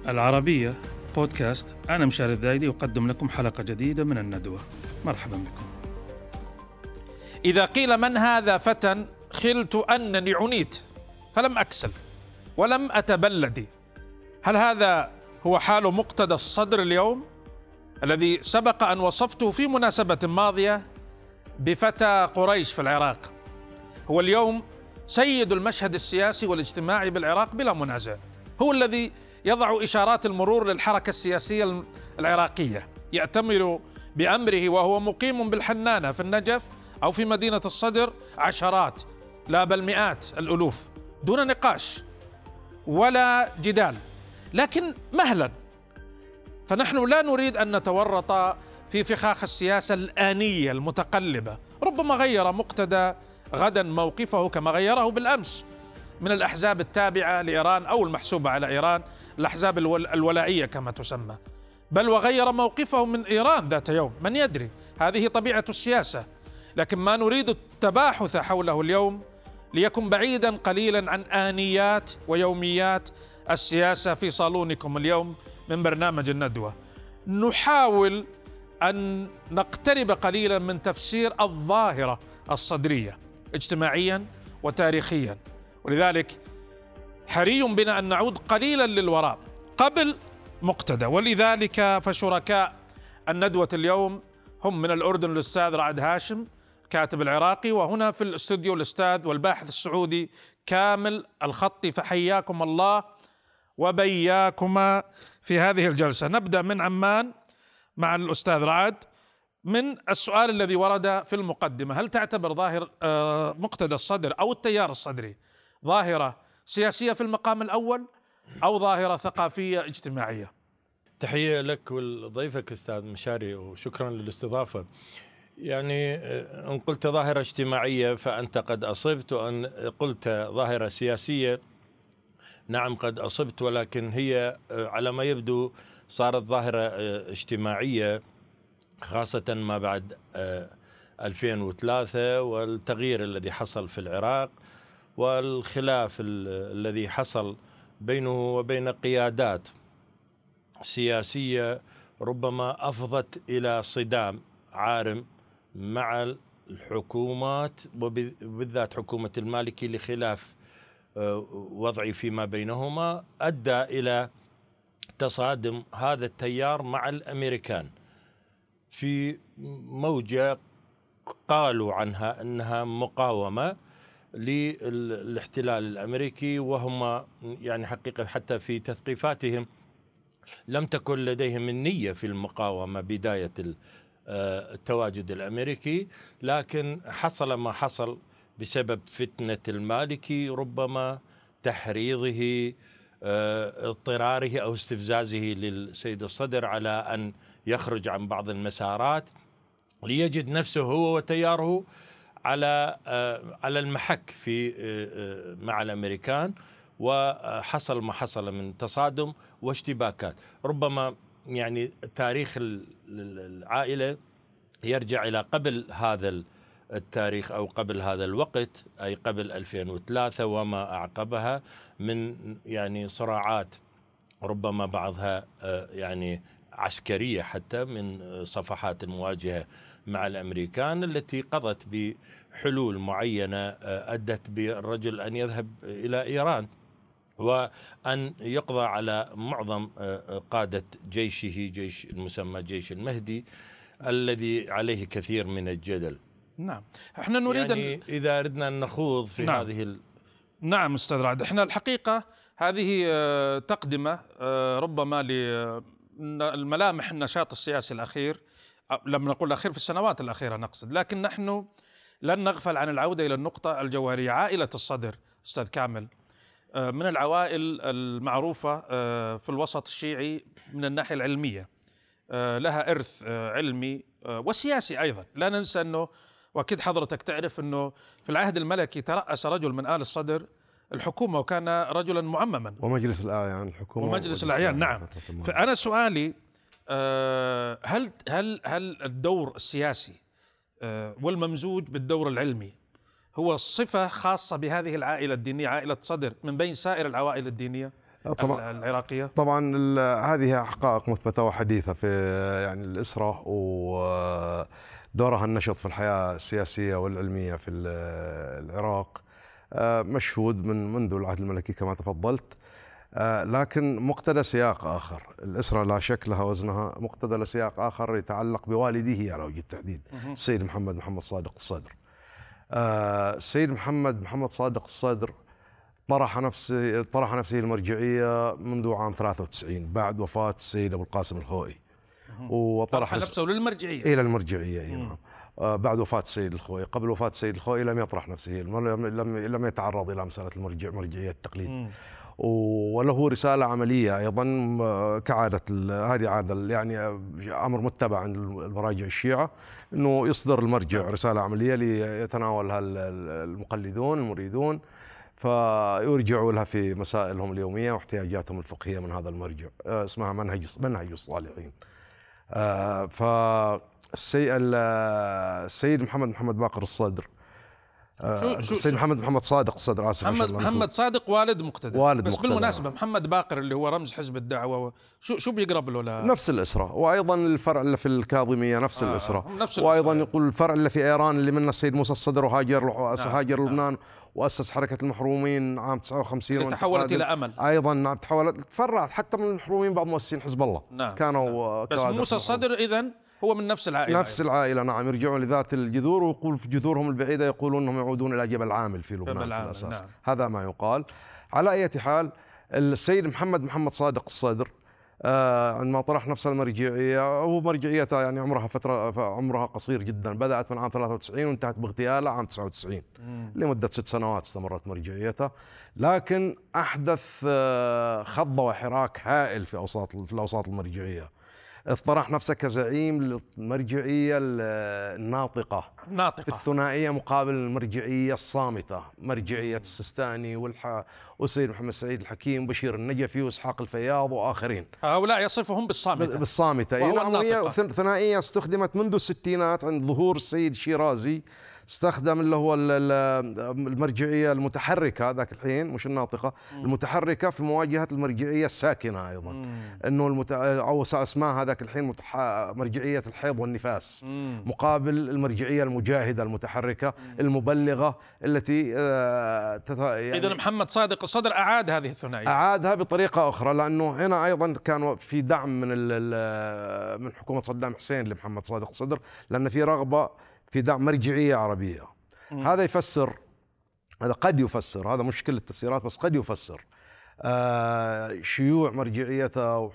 العربية بودكاست. أنا مشاري الذايدي أقدم لكم حلقة جديدة من الندوة. مرحبا بكم. إذا قيل من هذا فتى خلت أنني عنيت فلم أكسل ولم أتبلد، هل هذا هو حال مقتدى الصدر اليوم الذي سبق أن وصفته في مناسبة ماضية بفتى قريش في العراق؟ هو اليوم سيد المشهد السياسي والاجتماعي بالعراق بلا منازع، هو الذي يضع إشارات المرور للحركة السياسية العراقية، يأتمر بأمره وهو مقيم بالحنانة في النجف أو في مدينة الصدر عشرات لا بل مئات الألوف دون نقاش ولا جدال. لكن مهلا، فنحن لا نريد أن نتورط في فخاخ السياسة الآنية المتقلبة. ربما غير مقتدى غدا موقفه كما غيره بالأمس من الأحزاب التابعة لإيران أو المحسوبة على إيران، الأحزاب الولائية كما تسمى، بل وغير موقفه من إيران ذات يوم، من يدري، هذه طبيعة السياسة. لكن ما نريد التباحث حوله اليوم ليكن بعيدا قليلا عن آنيات ويوميات السياسة في صالونكم اليوم من برنامج الندوة. نحاول أن نقترب قليلا من تفسير الظاهرة الصدرية اجتماعيا وتاريخيا، ولذلك حري بنا أن نعود قليلا للوراء قبل مقتدى. ولذلك فشركاء الندوة اليوم هم من الأردن الأستاذ رعد هاشم كاتب العراقي، وهنا في الاستوديو الأستاذ والباحث السعودي كامل الخطي، فحياكم الله وبياكما في هذه الجلسة. نبدأ من عمان مع الأستاذ رعد من السؤال الذي ورد في المقدمة: هل تعتبر ظاهر مقتدى الصدر أو التيار الصدري ظاهرة سياسية في المقام الأول أو ظاهرة ثقافية اجتماعية؟ تحية لك ولضيفك أستاذ مشاري وشكرا للاستضافة. يعني إن قلت ظاهرة اجتماعية فأنت قد أصبت، وأن قلت ظاهرة سياسية نعم قد أصبت، ولكن هي على ما يبدو صارت ظاهرة اجتماعية خاصة ما بعد 2003 والتغيير الذي حصل في العراق والخلاف الذي حصل بينه وبين قيادات سياسية ربما أفضت إلى صدام عارم مع الحكومات وبالذات حكومة المالكي لخلاف وضعي فيما بينهما أدى إلى تصادم هذا التيار مع الأمريكان في موجة قالوا عنها أنها مقاومة للاحتلال الأمريكي، وهم يعني حقيقة حتى في تثقيفاتهم لم تكن لديهم النية في المقاومة بداية التواجد الأمريكي، لكن حصل ما حصل بسبب فتنة المالكي، ربما تحريضه اضطراره أو استفزازه للسيد الصدر على أن يخرج عن بعض المسارات ليجد نفسه هو وتياره على المحك في مع الأمريكان، وحصل ما حصل من تصادم واشتباكات. ربما يعني تاريخ العائلة يرجع إلى قبل هذا التاريخ أو قبل هذا الوقت، أي قبل 2003 وما أعقبها من يعني صراعات ربما بعضها يعني عسكرية حتى من صفحات المواجهة مع الأمريكان التي قضت بحلول معينة أدت بالرجل أن يذهب إلى إيران وأن يقضى على معظم قادة جيشه، جيش المسمى جيش المهدي الذي عليه كثير من الجدل. نعم، احنا نريد يعني إذا أردنا أن نخوض في نعم. هذه نعم أستاذ رعد، احنا الحقيقة هذه تقدمة ربما للملامح النشاط السياسي الأخير، لم نقل الأخير في السنوات الأخيرة نقصد، لكن نحن لن نغفل عن العودة إلى النقطة الجوهرية. عائلة الصدر أستاذ كامل من العوائل المعروفة في الوسط الشيعي من الناحية العلمية، لها إرث علمي وسياسي أيضا. لا ننسى أنه، وأكيد حضرتك تعرف، أنه في العهد الملكي ترأس رجل من آل الصدر الحكومة وكان رجلا معمما، ومجلس الأعيان الحكومة ومجلس الأعيان. نعم. فأنا سؤالي هل الدور السياسي والممزوج بالدور العلمي هو صفة خاصة بهذه العائلة الدينية، عائلة صدر، من بين سائر العوائل الدينية؟ العراقية؟ طبعا هذه حقائق مثبتة وحديثة في يعني الأسرة ودورها النشط في الحياة السياسية والعلمية في العراق مشهود منذ العهد الملكي كما تفضلت. لكن مقتضى سياق آخر. الأسرة لا شك لها وزنها، مقتضى لسياق آخر يتعلق بوالده على وجه التحديد، السيد محمد صادق الصدر. السيد محمد صادق الصدر طرح نفسه المرجعية منذ عام 93 بعد وفاة السيد أبو القاسم الخوئي، وطرح نفسه للمرجعية إلى المرجعية. نعم. بعد وفاة السيد الخوئي. قبل وفاة السيد الخوئي لم يطرح نفسه، لم يتعرض إلى مسألة مرجعية التقليد. وله رسالة عملية أيضا كعادة، هذه عادة يعني أمر متبع عند المراجع الشيعة، أنه يصدر المرجع رسالة عملية ليتناولها المقلدون المريدون فيرجعوا لها في مسائلهم اليومية واحتياجاتهم الفقهية من هذا المرجع. اسمها منهج الصالحين. السيد محمد باقر الصدر، السيد محمد صادق الصدر، آسف. محمد صادق والد مقتدى. بس مقتدى. بالمناسبة محمد باقر اللي هو رمز حزب الدعوة شو بيقرب له؟ نفس الأسرة، وأيضا الفرع اللي في الكاظمية نفس الأسرة، وأيضا يقول الفرع اللي في إيران اللي منه السيد موسى الصدر وهاجر لبنان وأسس حركة المحرومين عام 59 تحولت إلى أمل. أيضا تفرعت حتى من المحرومين بعض مؤسسين حزب الله. كانوا بس موسى الصدر إذن هو من نفس العائلة. نفس العائلة، نعم. يرجعون لذات الجذور، ويقول في جذورهم البعيدة يقولون أنهم يعودون إلى جبل عامل في لبنان في الأساس. نعم. هذا ما يقال. على أي حال السيد محمد صادق الصدر عندما طرح نفس المرجعية، هو مرجعيته يعني عمرها قصير جدا، بدأت من عام 93 وانتهت باغتياله عام 99. لمدة 6 سنوات استمرت مرجعيته، لكن أحدث خضة وحراك هائل في الأوساط المرجعية. اطرح نفسه كزعيم للمرجعية الناطقة في الثنائية مقابل المرجعية الصامتة، مرجعية السيستاني والسيد محمد سعيد الحكيم بشير النجفي وإسحاق الفياض وآخرين. هؤلاء يصفهم بالصامتة. وهي ثنائية استخدمت منذ الستينات عند ظهور السيد الشيرازي. استخدم اللي هو المرجعية المتحركة ذاك الحين، مش الناطقة، المتحركة في مواجهة المرجعية الساكنة أيضا. إنه أو اسمها ذاك الحين مرجعية الحيض والنفاس، مقابل المرجعية المجاهدة المتحركة المبلغة التي يعني إذن محمد صادق الصدر أعاد هذه الثنائية، أعادها بطريقة أخرى، لأنه هنا أيضا كان في دعم من حكومة صدام حسين لمحمد صادق الصدر، لأن في رغبة في دعم مرجعية عربية. هذا يفسر، هذا قد يفسر، هذا مش كل التفسيرات بس قد يفسر شيوع مرجعيته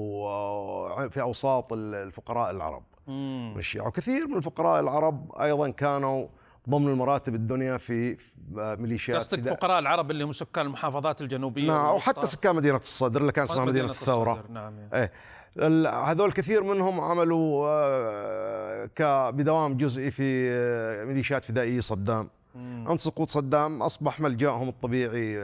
في أوساط الفقراء العرب. وكثير من الفقراء العرب أيضا كانوا ضمن المراتب الدنيا في ميليشيات. قصدك فقراء العرب اللي هم سكان المحافظات الجنوبية؟ نعم، أو حتى سكان مدينة الصدر اللي كان اسمها مدينة الثورة. نعم. هذول كثير منهم عملوا بدوام جزئي في ميليشيات فدائية صدام. عند سقوط صدام أصبح ملجأهم الطبيعي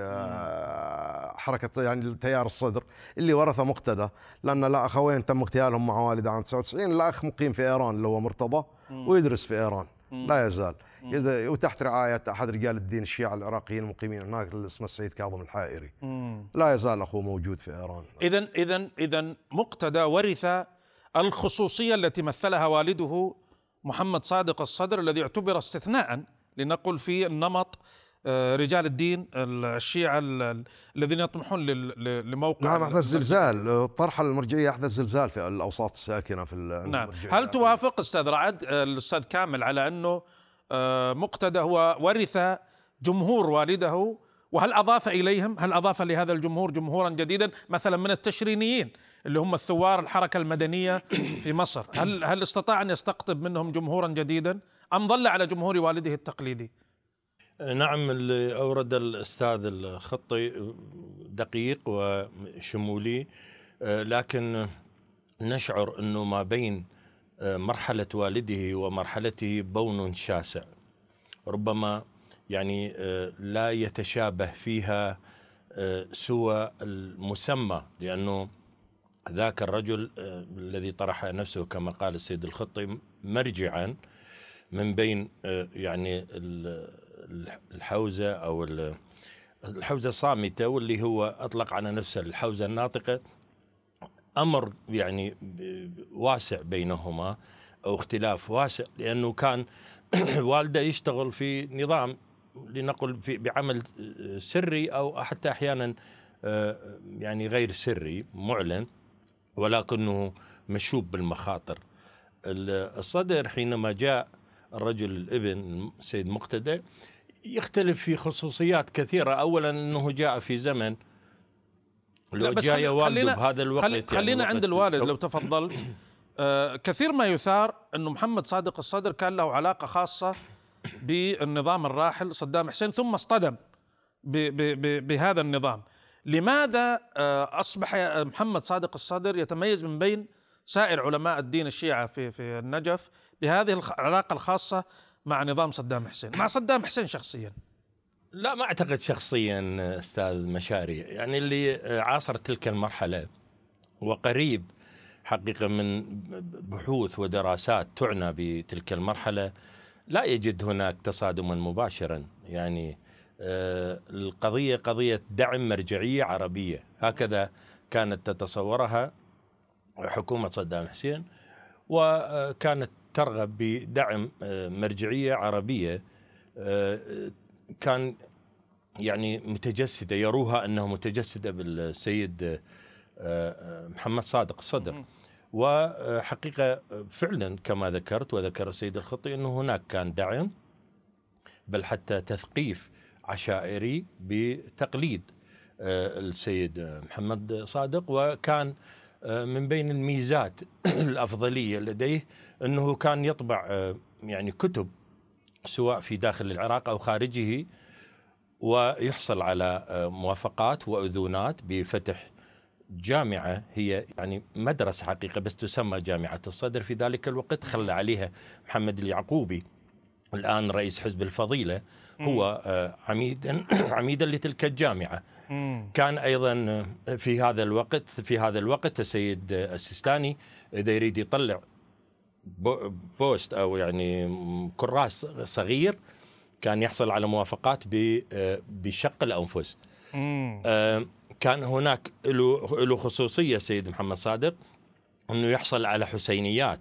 حركة يعني التيار الصدر اللي ورثه مقتدى، لأن لا أخوين تم اغتيالهم مع والده عام 99. الأخ مقيم في إيران اللي هو مرتضى ويدرس في إيران لا يزال، وتحت رعاية أحد رجال الدين الشيعة العراقيين المقيمين هناك اللي اسمه السيد كاظم الحائري. لا يزال أخوه موجود في إيران. إذن مقتدى ورث الخصوصية التي مثلها والده محمد صادق الصدر، الذي اعتبر استثناء لنقل في النمط رجال الدين الشيعة الذين يطمحون لموقع. نعم، أحدث زلزال، طرح المرجعية أحدث زلزال في الأوساط الساكنة في نعم. هل توافق أستاذ رعد الأستاذ كامل على أنه مقتدى هو ورث جمهور والده، وهل أضاف إليهم، هل أضاف لهذا الجمهور جمهورا جديدا مثلا من التشرينيين اللي هم الثوار الحركة المدنية في مصر؟ هل استطاع أن يستقطب منهم جمهورا جديدا أم ظل على جمهور والده التقليدي؟ نعم، اللي أورد الأستاذ الخطي دقيق وشمولي، لكن نشعر أنه ما بين مرحلة والده ومرحلته بون شاسع، ربما يعني لا يتشابه فيها سوى المسمى، لأنه ذاك الرجل الذي طرح نفسه كما قال السيد الخطي مرجعا من بين يعني الحوزة أو الحوزة الصامتة، واللي هو أطلق على نفسه الحوزة الناطقة، أمر يعني واسع بينهما أو اختلاف واسع، لأنه كان والده يشتغل في نظام لنقل بعمل سري أو حتى أحيانا يعني غير سري معلن، ولكنه مشوب بالمخاطر. الصدر حينما جاء الرجل الابن السيد مقتدى يختلف في خصوصيات كثيرة. أولا أنه جاء في زمن لو جاء والده بهذا الوقت. خلينا يعني عند الوالد لو تفضلت. كثير ما يثار أنه محمد صادق الصدر كان له علاقة خاصة بالنظام الراحل صدام حسين ثم اصطدم بهذا النظام. لماذا أصبح محمد صادق الصدر يتميز من بين سائر علماء الدين الشيعة في النجف بهذه العلاقة الخاصة مع نظام صدام حسين، مع صدام حسين شخصيا؟ لا، ما أعتقد شخصيا أستاذ مشاري، يعني اللي عاصر تلك المرحلة وقريب حقيقة من بحوث ودراسات تعنى بتلك المرحلة لا يجد هناك تصادما مباشرا. يعني القضية قضية دعم مرجعية عربية، هكذا كانت تتصورها حكومة صدام حسين، وكانت ترغب بدعم مرجعية عربية كان يعني متجسدة، يروها أنها متجسدة بالسيد محمد صادق الصدر. وحقيقة فعلا كما ذكرت وذكر السيد الخطي أنه هناك كان دعم، بل حتى تثقيف عشائري بتقليد السيد محمد صادق. وكان من بين الميزات الأفضلية لديه أنه كان يطبع يعني كتب سواء في داخل العراق أو خارجه، ويحصل على موافقات وأذونات بفتح جامعة هي يعني مدرسة حقيقة بس تسمى جامعة الصدر في ذلك الوقت، خلى عليها محمد اليعقوبي الآن رئيس حزب الفضيلة هو عميدا لتلك الجامعة. كان أيضا في هذا الوقت السيد السيستاني إذا يريد يطلع بوست أو يعني كراس صغير كان يحصل على موافقات بشق الأنفس. كان هناك له خصوصية سيد محمد صادق أنه يحصل على حسينيات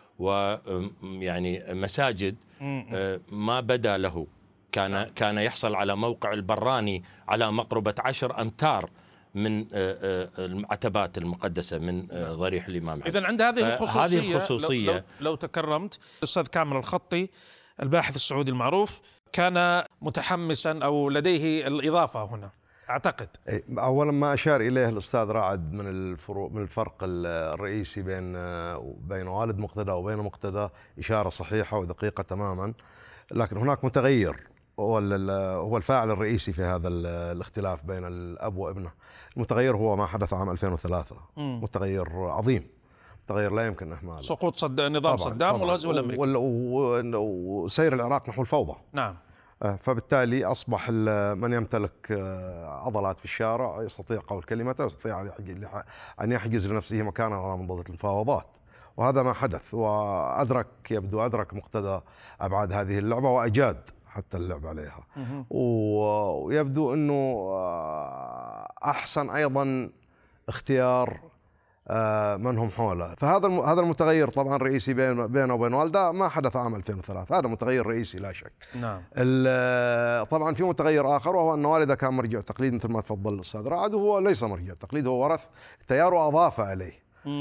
ويعني مساجد ما بدا له. كان يحصل على موقع البراني على مقربة 10 أمتار من العتبات المقدسة من ضريح الإمام علي. إذن عند هذه الخصوصية لو تكرمت، الأستاذ كامل الخطي الباحث السعودي المعروف كان متحمسا أو لديه الإضافة هنا أعتقد. أولا ما أشار إليه الأستاذ رعد من الفرق الرئيسي بين والد مقتدى وبين مقتدى إشارة صحيحة ودقيقة تماما، لكن هناك متغير هو الفاعل الرئيسي في هذا الاختلاف بين الأب وابنه. المتغير هو ما حدث عام 2003، متغير عظيم، متغير لا يمكن إهماله، سقوط نظام صدام والغزو الأمريكي وسير العراق نحو الفوضى. نعم. فبالتالي أصبح من يمتلك عضلات في الشارع يستطيع قول كلمته، يستطيع أن يحجز لنفسه مكانا على منضدة المفاوضات، وهذا ما حدث. يبدو أدرك مقتدى أبعاد هذه اللعبة وأجاد حتى اللعب عليها، ويبدو أنه أحسن أيضا اختيار من هم حوله. فهذا المتغير طبعا رئيسي بينه وبين والده ما حدث عام 2003، هذا متغير رئيسي لا شك. نعم. طبعا في متغير آخر وهو أن والده كان مرجع تقليد مثل ما تفضل الأستاذ رعد، وهو ليس مرجع تقليد، هو ورث التيار وأضاف عليه.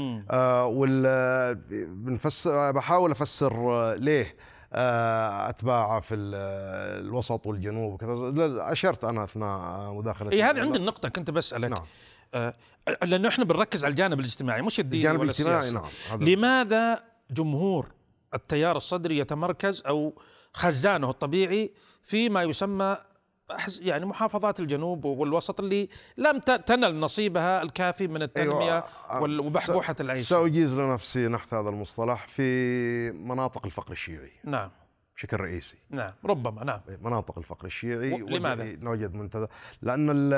بحاول أفسر ليه أتباعه في الوسط والجنوب وكذا، أشرت أنا أثناء مداخلتي. هذه عندي النقطة كنت بسألك. نعم. لأنه إحنا بنركز على الجانب الاجتماعي مش الديني ولا السياسي. نعم. لماذا جمهور التيار الصدري يتمركز أو خزانه الطبيعي فيما يسمى يعني محافظات الجنوب والوسط اللي لم تنل نصيبها الكافي من التنمية وبحبوحة العيش؟ سأجيز لنفسي نحت هذا المصطلح في مناطق الفقر الشيعي. نعم. بشكل رئيسي. نعم. ربما. نعم. مناطق الفقر الشيعي. لماذا؟ نوجد منتدى لأن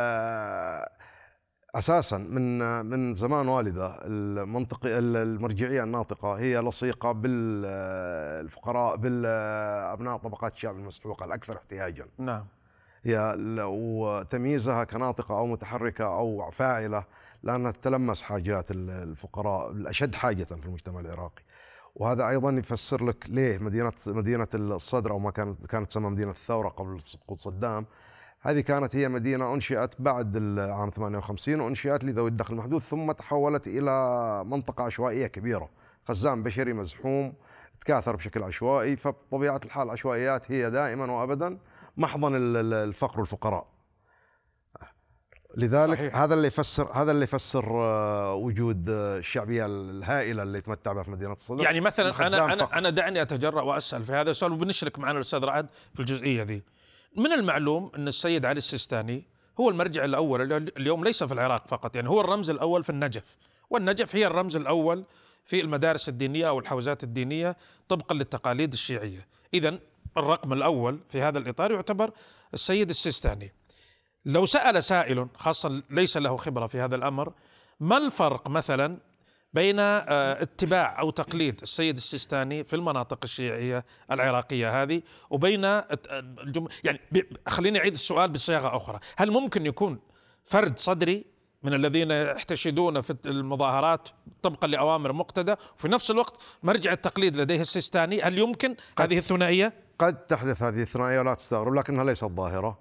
أساسا من زمان والده المرجعية الناطقة هي لصيقة بالفقراء، بالأبناء طبقات الشعب المسحوقة الأكثر احتياجا. نعم. هي وتمييزها كناطقة أو متحركة أو فاعلة لأنها تتلمس حاجات الفقراء الأشد حاجة في المجتمع العراقي. وهذا أيضا يفسر لك ليه مدينة الصدر، أو ما كانت تسمى مدينة الثورة قبل سقوط صدام، هذه كانت هي مدينة أنشئت بعد عام 58 وأنشئت لذوي الدخل المحدود، ثم تحولت إلى منطقة عشوائية كبيرة، خزان بشري مزحوم تكاثر بشكل عشوائي. فبطبيعة الحال العشوائيات هي دائما وأبدا محضن الفقر والفقراء. لذلك صحيح. هذا اللي يفسر وجود الشعبيه الهائله اللي يتمتع بها في مدينه الصدر. يعني مثلا انا دعني اتجرأ واسال في هذا السؤال، وبنشرك معنا الاستاذ رعد في الجزئيه ذي. من المعلوم ان السيد علي السيستاني هو المرجع الاول اليوم ليس في العراق فقط، يعني هو الرمز الاول في النجف، والنجف هي الرمز الاول في المدارس الدينيه او الحوزات الدينيه طبقا للتقاليد الشيعيه. اذا الرقم الاول في هذا الاطار يعتبر السيد السيستاني. لو سأل سائل خاصة ليس له خبرة في هذا الأمر، ما الفرق مثلا بين اتباع أو تقليد السيد السيستاني في المناطق الشيعية العراقية هذه وبين يعني خليني أعيد السؤال بصياغة أخرى، هل ممكن يكون فرد صدري من الذين يحتشدون في المظاهرات طبقا لأوامر مقتدى وفي نفس الوقت مرجع التقليد لديه السيستاني؟ هل يمكن هذه الثنائية؟ قد تحدث هذه الثنائية ولا تستغرب، لكنها ليست ظاهرة.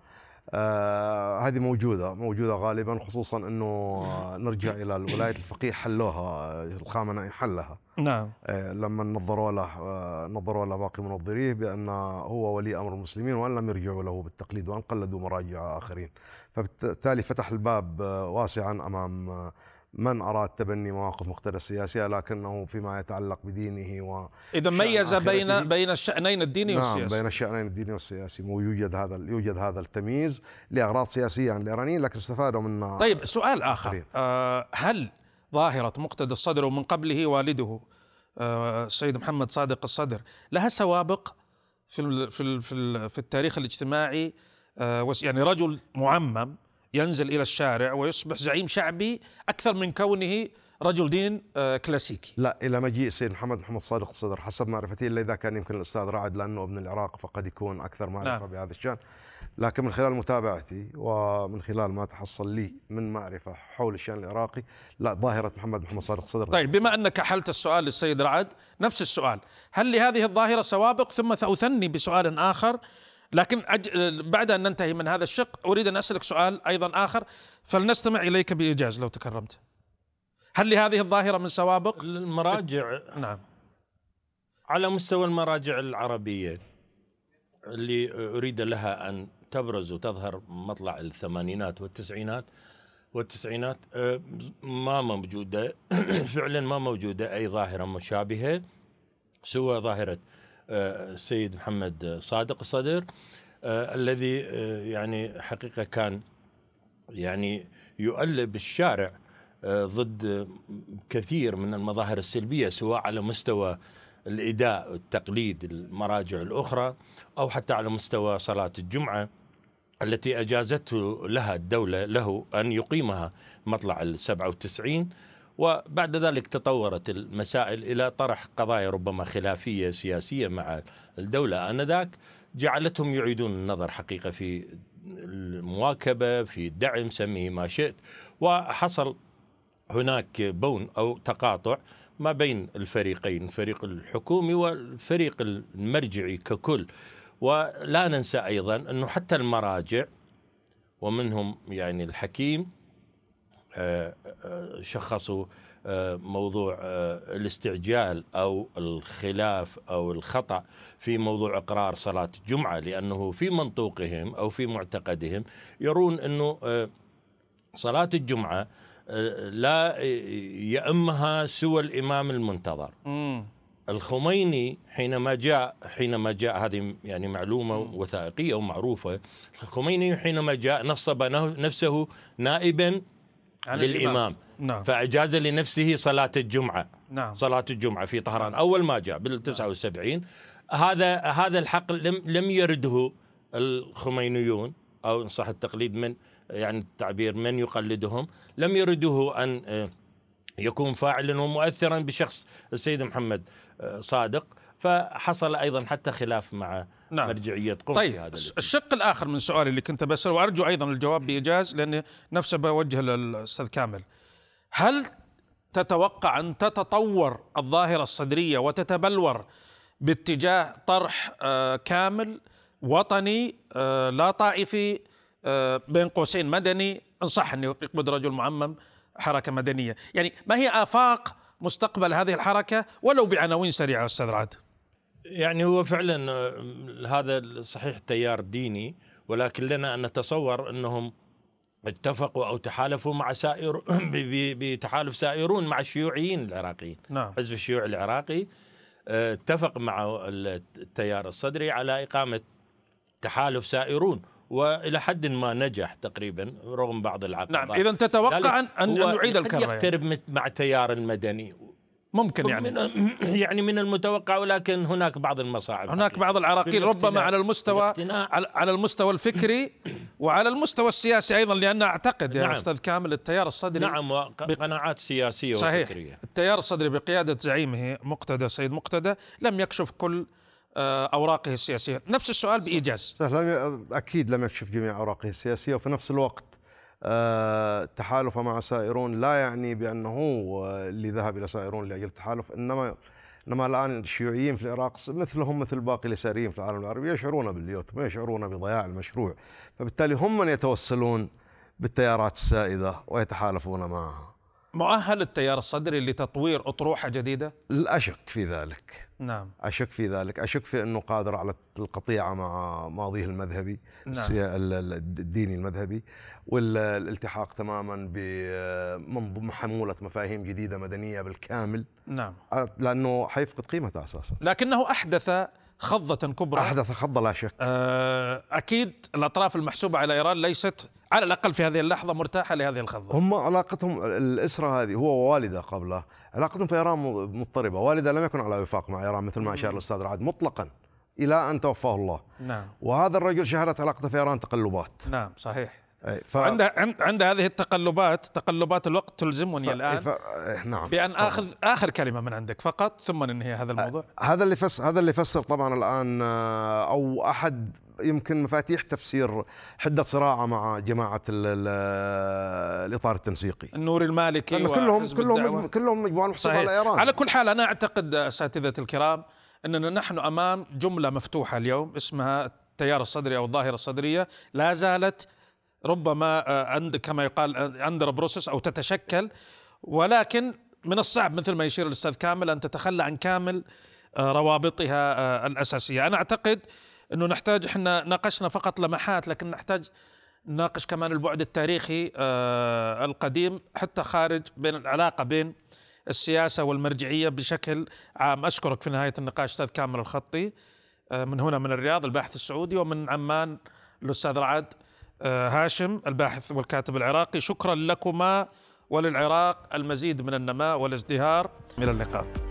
هذه موجودة غالبا، خصوصا أنه نرجع إلى ولاية الفقيه حلوها الخامنئي حلها. نعم. لما نظروا له باقي منظريه بأن هو ولي أمر المسلمين وأن لم يرجعوا له بالتقليد وأن قلدوا مراجع آخرين، فبالتالي فتح الباب واسعا أمام من أراد تبني مواقف مقتدى السياسية لكنه فيما يتعلق بدينه إذا ميز بين الشأنين الديني والسياسي. نعم، بين الشأنين الديني والسياسي يوجد هذا التمييز لأغراض سياسية عن الإيرانيين، لكن استفادوا منه. طيب سؤال آخر، هل ظاهرة مقتدى الصدر ومن قبله والده السيد محمد صادق الصدر لها سوابق في التاريخ الاجتماعي؟ يعني رجل معمم ينزل إلى الشارع ويصبح زعيم شعبي أكثر من كونه رجل دين كلاسيكي. لا، إلى مجيء السيد محمد صادق الصدر حسب معرفتي، إلا إذا كان يمكن الأستاذ رعد لأنه ابن العراق فقد يكون أكثر معرفة بهذا الشأن، لكن من خلال متابعتي ومن خلال ما تحصل لي من معرفة حول الشأن العراقي، لا، ظاهرة محمد صادق الصدر. طيب بما أنك حلت السؤال للسيد رعد، نفس السؤال، هل لهذه الظاهرة سوابق؟ ثم سأثني بسؤال آخر، لكن بعد أن ننتهي من هذا الشق أريد أن أسألك سؤال أيضا آخر، فلنستمع إليك بإيجاز لو تكرمت. هل لهذه الظاهرة من سوابق؟ المراجع، نعم، على مستوى المراجع العربية اللي أريد لها أن تبرز وتظهر مطلع الثمانينات والتسعينات ما موجودة فعلا ما موجودة أي ظاهرة مشابهة سوى ظاهرة السيد محمد صادق الصدر، الذي يعني حقيقة كان يعني يؤلب الشارع ضد كثير من المظاهر السلبية، سواء على مستوى الإداء والتقليد المراجع الأخرى أو حتى على مستوى صلاة الجمعة التي أجازته لها الدولة له أن يقيمها مطلع 97. وبعد ذلك تطورت المسائل إلى طرح قضايا ربما خلافية سياسية مع الدولة آنذاك، جعلتهم يعيدون النظر حقيقة في المواكبة، في الدعم، سميه ما شئت، وحصل هناك بون أو تقاطع ما بين الفريقين، الفريق الحكومي والفريق المرجعي ككل. ولا ننسى أيضا أنه حتى المراجع ومنهم يعني الحكيم شخصوا موضوع الاستعجال أو الخلاف أو الخطأ في موضوع إقرار صلاة الجمعة، لأنه في منطوقهم أو في معتقدهم يرون أنه صلاة الجمعة لا يأمها سوى الإمام المنتظر. الخميني حينما جاء هذه يعني معلومة وثائقية ومعروفة، الخميني حينما جاء نصب نفسه نائبا للإمام. نعم. فأجاز لنفسه صلاة الجمعة. نعم. صلاة الجمعة في طهران أول ما جاء بال79. هذا الحق لم يرده الخمينيون، أو إن صح التقليد من يعني التعبير من يقلدهم، لم يرده أن يكون فاعلا ومؤثرا بشخص السيد محمد صادق فحصل أيضا حتى خلاف مع مرجعية قم طيب في هذا الشق الآخر من سؤالي اللي كنت بسأله، وأرجو أيضا الجواب بإيجاز لأن نفسه بوجه للأستاذ كامل، هل تتوقع أن تتطور الظاهرة الصدرية وتتبلور باتجاه طرح كامل وطني لا طائفي بين قوسين مدني، إن صح أن يقبض رجل معمم حركة مدنية؟ يعني ما هي آفاق مستقبل هذه الحركة ولو بعناوين سريعة أستاذ رعد؟ يعني هو فعلا هذا صحيح تيار ديني، ولكن لنا أن نتصور أنهم اتفقوا أو تحالفوا مع بتحالف سائرون مع الشيوعيين العراقيين. نعم. حزب الشيوعي العراقي اتفق مع التيار الصدري على إقامة تحالف سائرون، وإلى حد ما نجح تقريبا رغم بعض العقبات. نعم. إذا تتوقع أن نعيد الكرة؟ يقترب مع التيار المدني ممكن يعني من المتوقع، ولكن هناك بعض المصاعب. هناك بعض العراقيل ربما على المستوى الفكري وعلى المستوى السياسي أيضا، لأن أعتقد يا أستاذ كامل التيار الصدري قناعات سياسية صحيح وفكرية. التيار الصدري بقيادة زعيمه مقتدى سيد مقتدى لم يكشف كل أوراقه السياسية. نفس السؤال بإيجاز. أكيد لم يكشف جميع أوراقه السياسية، وفي نفس الوقت تحالف مع سائرون لا يعني بأنه اللي ذهب إلى سائرون لأجل التحالف، إنما الآن الشيوعيين في العراق مثلهم مثل باقي اليساريين في العالم العربي يشعرون باليوت ويشعرون بضياع المشروع، فبالتالي هم من يتوسلون بالتيارات السائدة ويتحالفون معها. مؤهل التيار الصدري لتطوير أطروحة جديدة؟ لا أشك في ذلك. نعم. أشك في ذلك، أشك في أنه قادر على القطيعة مع ماضيه المذهبي. نعم. الديني المذهبي، والالتحاق تماما بمنظومة حمولة مفاهيم جديدة مدنية بالكامل. نعم. لأنه حيفقد قيمته أساسا. لكنه أحدث خضة كبرى. أحدث خضة لا شك. أكيد الأطراف المحسوبة على إيران ليست على الأقل في هذه اللحظة مرتاحة لهذه الخضة. هم علاقتهم الأسرة هذه هو ووالده قبله علاقتهم في إيران مضطربة. والده لم يكن على وفاق مع إيران مثل ما أشار الأستاذ رعد مطلقا إلى أن توفاه الله. نعم. وهذا الرجل شهدت علاقته في إيران تقلبات. نعم صحيح. عند هذه تقلبات الوقت تلزمني الآن نعم. بأن آخذ آخر كلمة من عندك فقط ثم ننهي هذا الموضوع. هذا اللي يفسر طبعا الآن أو أحد يمكن مفاتيح تفسير حدة صراعه مع جماعة الإطار التنسيقي النور المالكي، كلهم مجموعة محسوبة على إيران. على كل حال أنا أعتقد أساتذة الكرام أننا نحن أمام جملة مفتوحة اليوم اسمها التيار الصدري أو الظاهرة الصدرية، لا زالت ربما كما يقال أندر بروسس أو تتشكل، ولكن من الصعب مثل ما يشير الأستاذ كامل أن تتخلى عن كامل روابطها الأساسية. أنا أعتقد أنه نحتاج، إحنا ناقشنا فقط لمحات، لكن نحتاج نناقش كمان البعد التاريخي القديم حتى خارج بين العلاقة بين السياسة والمرجعية بشكل عام. أشكرك في نهاية النقاش أستاذ كامل الخطي من هنا من الرياض الباحث السعودي، ومن عمان الأستاذ رعد هاشم الباحث والكاتب العراقي. شكرا لكما وللعراق المزيد من النماء والازدهار. إلى اللقاء.